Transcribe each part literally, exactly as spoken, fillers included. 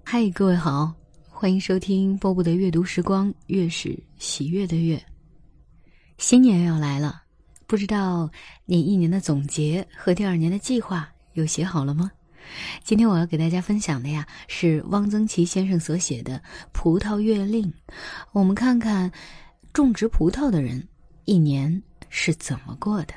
嗨，各位好，欢迎收听波波的阅读时光，月是喜悦的月。新年要来了，不知道你一年的总结和第二年的计划有写好了吗？今天我要给大家分享的呀，是汪曾祺先生所写的《葡萄月令》。我们看看种植葡萄的人一年是怎么过的。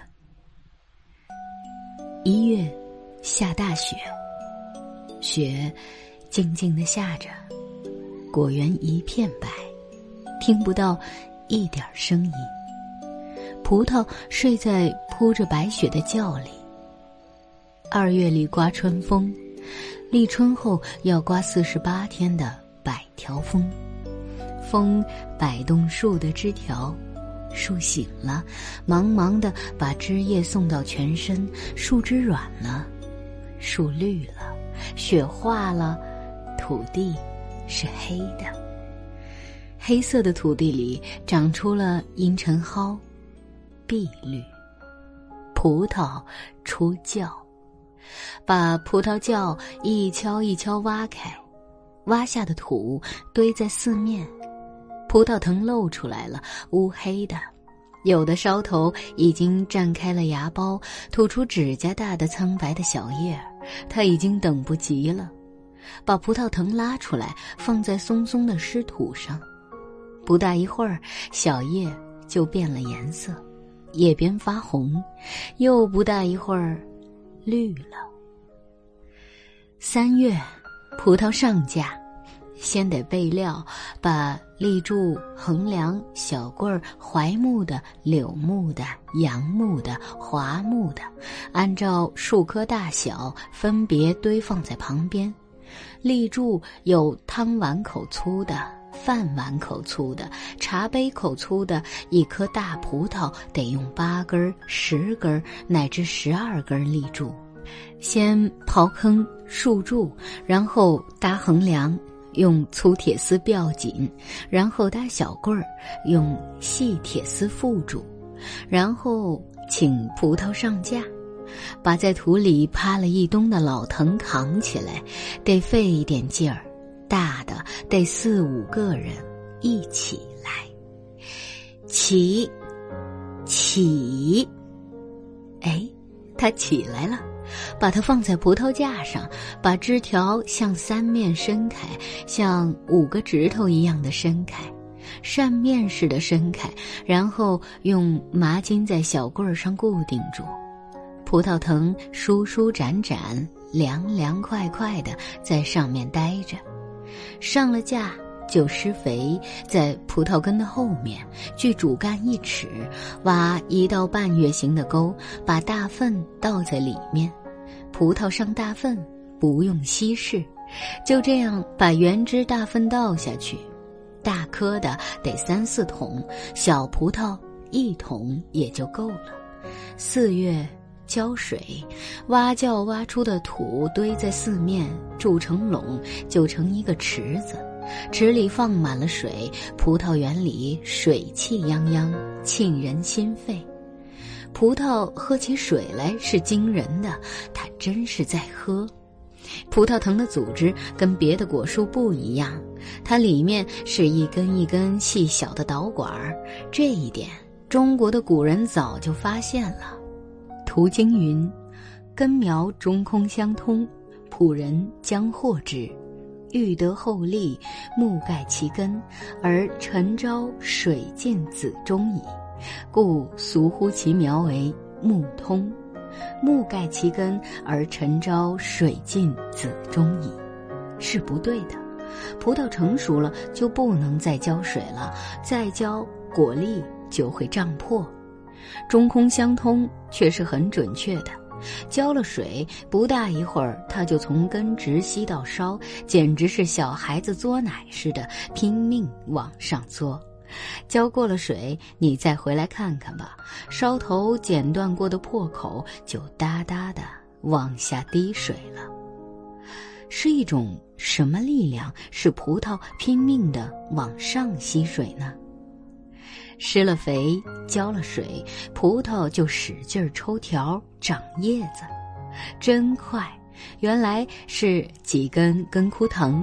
一月下大雪，雪静静地下着，果园一片白，听不到一点声音。葡萄睡在铺着白雪的窖里。二月里刮春风，立春后要刮四十八天的百条风。风摆动树的枝条，树醒了，忙忙地把枝叶送到全身，树枝软了，树绿了，雪化了，土地是黑的。黑色的土地里长出了阴沉蒿、碧绿。葡萄出窖，把葡萄窖一锹一锹挖开，挖下的土堆在四面。葡萄藤露出来了，乌黑的，有的梢头已经绽开了芽苞，吐出指甲大的苍白的小叶。它已经等不及了，把葡萄藤拉出来，放在松松的湿土上。不大一会儿，小叶就变了颜色，叶边发红，又不大一会儿，绿了。三月，葡萄上架，先得备料，把立柱、横梁、小棍儿、槐木的、柳木的、杨木的、华木的，按照树棵大小分别堆放在旁边。立柱有汤碗口粗的、饭碗口粗的、茶杯口粗的，一颗大葡萄得用八根、十根乃至十二根立柱。先刨坑竖柱，然后搭横梁，用粗铁丝吊紧，然后搭小棍儿，用细铁丝缚住，然后请葡萄上架，把在土里趴了一冬的老藤扛起来，得费一点劲儿，大的得四五个人一起来。起，起，哎，他起来了，把它放在葡萄架上，把枝条向三面伸开，像五个指头一样的伸开，扇面似的伸开，然后用麻筋在小棍儿上固定住。葡萄藤舒舒展展，凉凉快快的在上面待着。上了架就施肥，在葡萄根的后面距主干一尺，挖一到半月形的沟，把大粪倒在里面。葡萄上大粪不用稀释，就这样把原汁大粪倒下去。大颗的得三四桶，小葡萄一桶也就够了。四月浇水，挖窖挖出的土堆在四面，筑成垄，就成一个池子。池里放满了水，葡萄园里水气泱泱，沁人心肺。葡萄喝起水来是惊人的，它真是在喝。葡萄藤的组织跟别的果树不一样，它里面是一根一根细小的导管，这一点中国的古人早就发现了。途经云：根苗中空相通，仆人将获之。欲得厚利，木盖其根，而晨朝水尽子中矣。故俗呼其苗为木通。木盖其根，而晨朝水尽子中矣，是不对的。葡萄成熟了就不能再浇水了，再浇果粒就会胀破。中空相通却是很准确的，浇了水不大一会儿，它就从根直吸到梢，简直是小孩子嘬奶似的，拼命往上嘬。浇过了水，你再回来看看吧，梢头剪断过的破口就哒哒的往下滴水了。是一种什么力量使葡萄拼命地往上吸水呢？施了肥，浇了水，葡萄就使劲抽条长叶子，真快。原来是几根根枯藤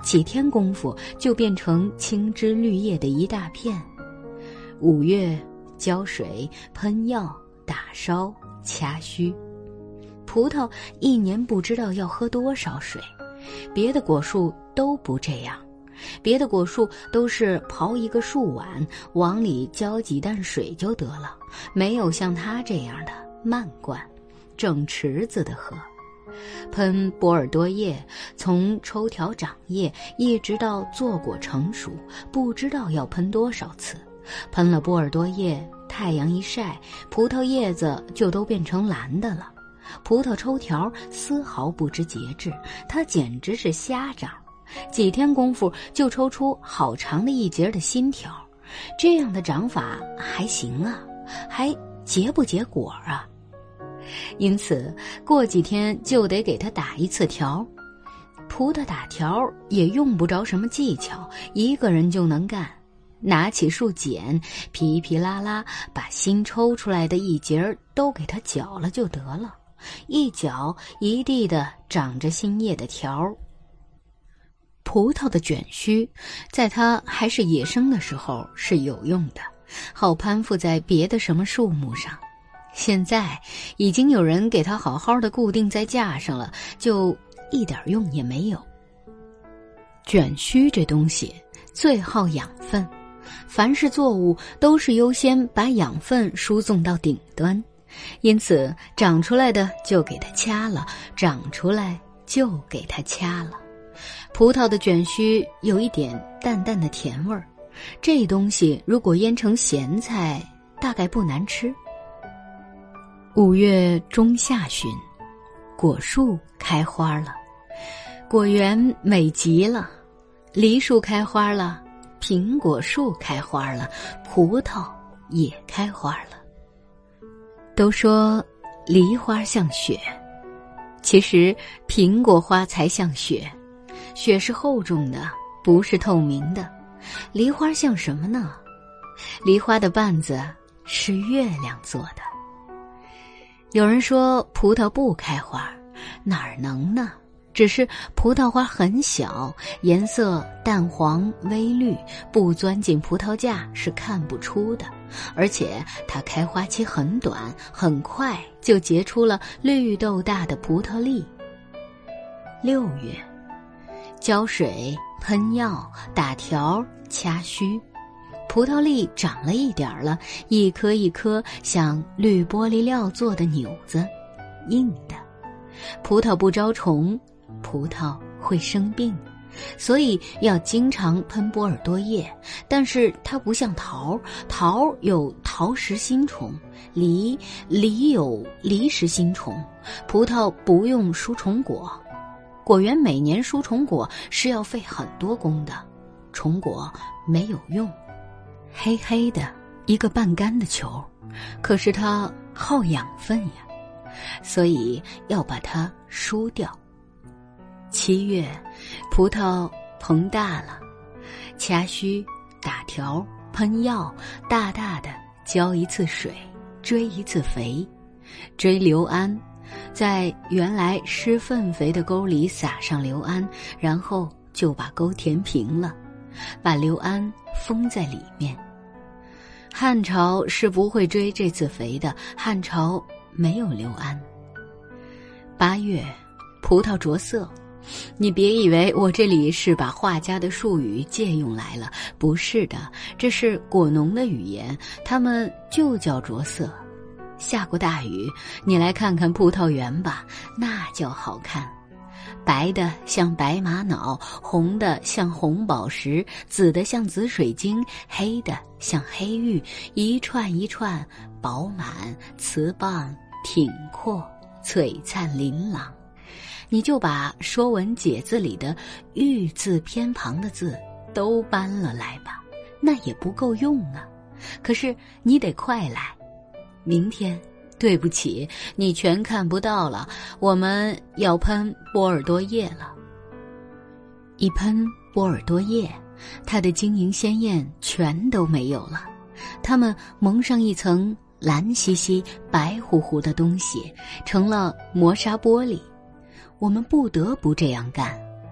几天功夫就变成青枝绿叶的一大片。五月浇水、喷药、打烧、掐须。葡萄一年不知道要喝多少水，别的果树都不这样。别的果树都是刨一个树碗，往里浇几担水就得了，没有像它这样的慢灌，整池子的喝。喷波尔多叶，从抽条长叶一直到坐果成熟，不知道要喷多少次。喷了波尔多叶，太阳一晒，葡萄叶子就都变成蓝的了。葡萄抽条丝毫不知节制，它简直是瞎长。几天功夫就抽出好长的一节的新条，这样的长法还行啊，还结不结果啊？因此过几天就得给它打一次条。葡萄打条也用不着什么技巧，一个人就能干。拿起树剪，噼噼啦啦把新抽出来的一节都给它绞了就得了，一绞一地的长着新叶的条。葡萄的卷须在它还是野生的时候是有用的，好攀附在别的什么树木上。现在已经有人给它好好的固定在架上了，就一点用也没有。卷须这东西最好养分，凡是作物都是优先把养分输送到顶端，因此长出来的就给它掐了，长出来就给它掐了。葡萄的卷须有一点淡淡的甜味儿，这东西如果腌成咸菜，大概不难吃。五月中下旬，果树开花了，果园美极了，梨树开花了，苹果树开花了，葡萄也开花了。都说梨花像雪，其实苹果花才像雪。雪是厚重的，不是透明的。梨花像什么呢？梨花的瓣子是月亮做的。有人说葡萄不开花，哪儿能呢？只是葡萄花很小，颜色淡黄微绿，不钻进葡萄架是看不出的。而且它开花期很短，很快就结出了绿豆大的葡萄粒。六月浇水、喷药、打条、掐须，葡萄粒长了一点了，一颗一颗像绿玻璃料做的钮子，硬的。葡萄不招虫，葡萄会生病，所以要经常喷波尔多叶。但是它不像桃，桃有桃实心虫，梨梨有梨实心虫，葡萄不用输虫果。果园每年输虫果是要费很多功的，虫果没有用，黑黑的一个半干的球，可是它好养分呀，所以要把它输掉。七月，葡萄膨大了，掐须、打条、喷药，大大的浇一次水，追一次肥，追硫胺，在原来施粪肥的沟里撒上硫胺，然后就把沟填平了，把硫胺封在里面。汉朝是不会追这次肥的，汉朝没有硫胺。八月，葡萄着色。你别以为我这里是把画家的术语借用来了，不是的，这是果农的语言，他们就叫着色。下过大雨，你来看看葡萄园吧，那叫好看。白的像白玛瑙，红的像红宝石，紫的像紫水晶，黑的像黑玉，一串一串，饱满、瓷棒、挺阔、璀璨琳琅。你就把《说文解字》里的“玉”字偏旁的字都搬了来吧，那也不够用啊。可是你得快来，明天，对不起，你全看不到了，我们要喷波尔多叶了。一喷波尔多叶，它的晶莹鲜艳全都没有了，它们蒙上一层蓝兮兮、白乎乎的东西，成了磨砂玻璃。我们不得不这样干。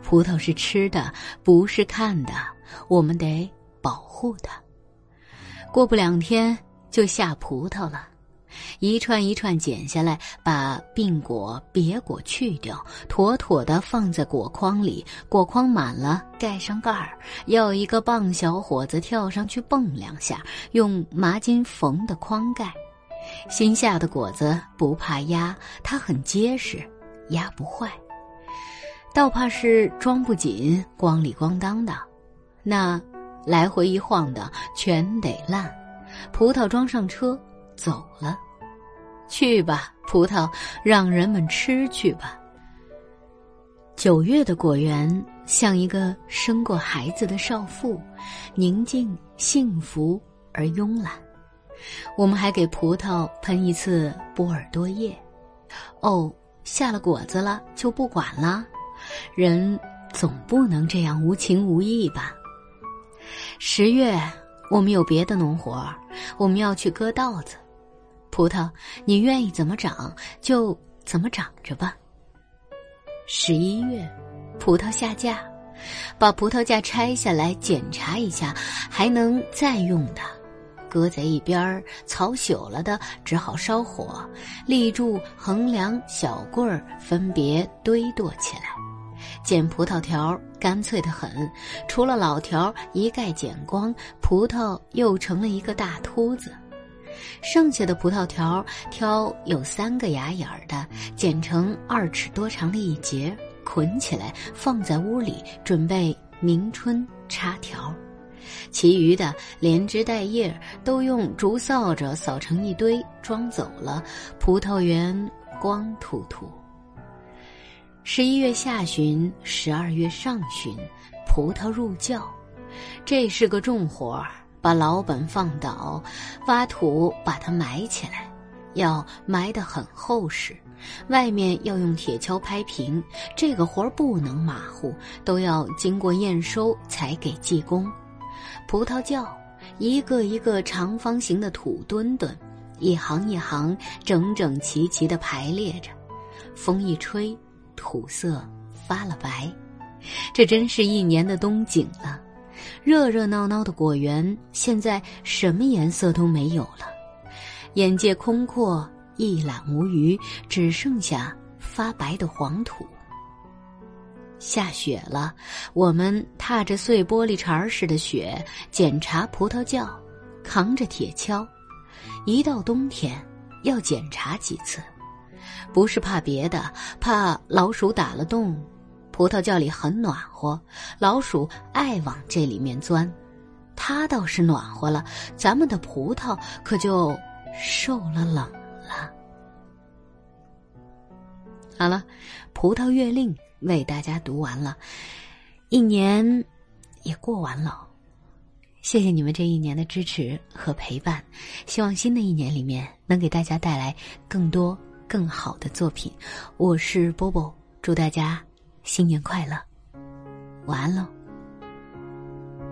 葡萄是吃的，不是看的，我们得保护它。过不两天就下葡萄了，一串一串剪下来，把病果、瘪果去掉，妥妥地放在果筐里。果筐满了，盖上盖儿，要一个棒小伙子跳上去蹦两下，用麻筋缝的筐盖。新下的果子不怕压，它很结实，压不坏。倒怕是装不紧，咣里咣当的，那来回一晃的全得烂。葡萄装上车走了。去吧，葡萄，让人们吃去吧。九月的果园像一个生过孩子的少妇，宁静、幸福而慵懒。我们还给葡萄喷一次波尔多液。哦，下了果子了就不管了？人总不能这样无情无义吧。十月我们有别的农活，我们要去割稻子。葡萄，你愿意怎么长就怎么长着吧。十一月，葡萄下架，把葡萄架拆下来检查一下，还能再用的，搁在一边，草朽了的只好烧火，立柱、横梁、小棍儿分别堆垛起来。剪葡萄条干脆得很，除了老条一概剪光，葡萄又成了一个大秃子。剩下的葡萄条挑有三个牙眼儿的，剪成二尺多长的一节，捆起来放在屋里，准备明春插条。其余的连枝带叶都用竹扫帚扫成一堆，装走了，葡萄园光秃秃。十一月下旬，十二月上旬，葡萄入窖，这是个重活儿。把老本放倒，挖土把它埋起来，要埋得很厚实，外面要用铁锹拍平，这个活儿不能马虎，都要经过验收才给技工。葡萄窖，一个一个长方形的土墩墩，一行一行整整齐齐地排列着，风一吹，土色发了白，这真是一年的冬景了。热热闹闹的果园现在什么颜色都没有了，眼界空阔，一览无余，只剩下发白的黄土。下雪了，我们踏着碎玻璃碴似的雪检查葡萄窖，扛着铁锹。一到冬天要检查几次，不是怕别的，怕老鼠打了洞。葡萄窖里很暖和，老鼠爱往这里面钻，它倒是暖和了，咱们的葡萄可就受了冷了。好了，葡萄月令为大家读完了，一年也过完了，谢谢你们这一年的支持和陪伴，希望新的一年里面能给大家带来更多更好的作品。我是波波，祝大家新年快乐，晚安喽。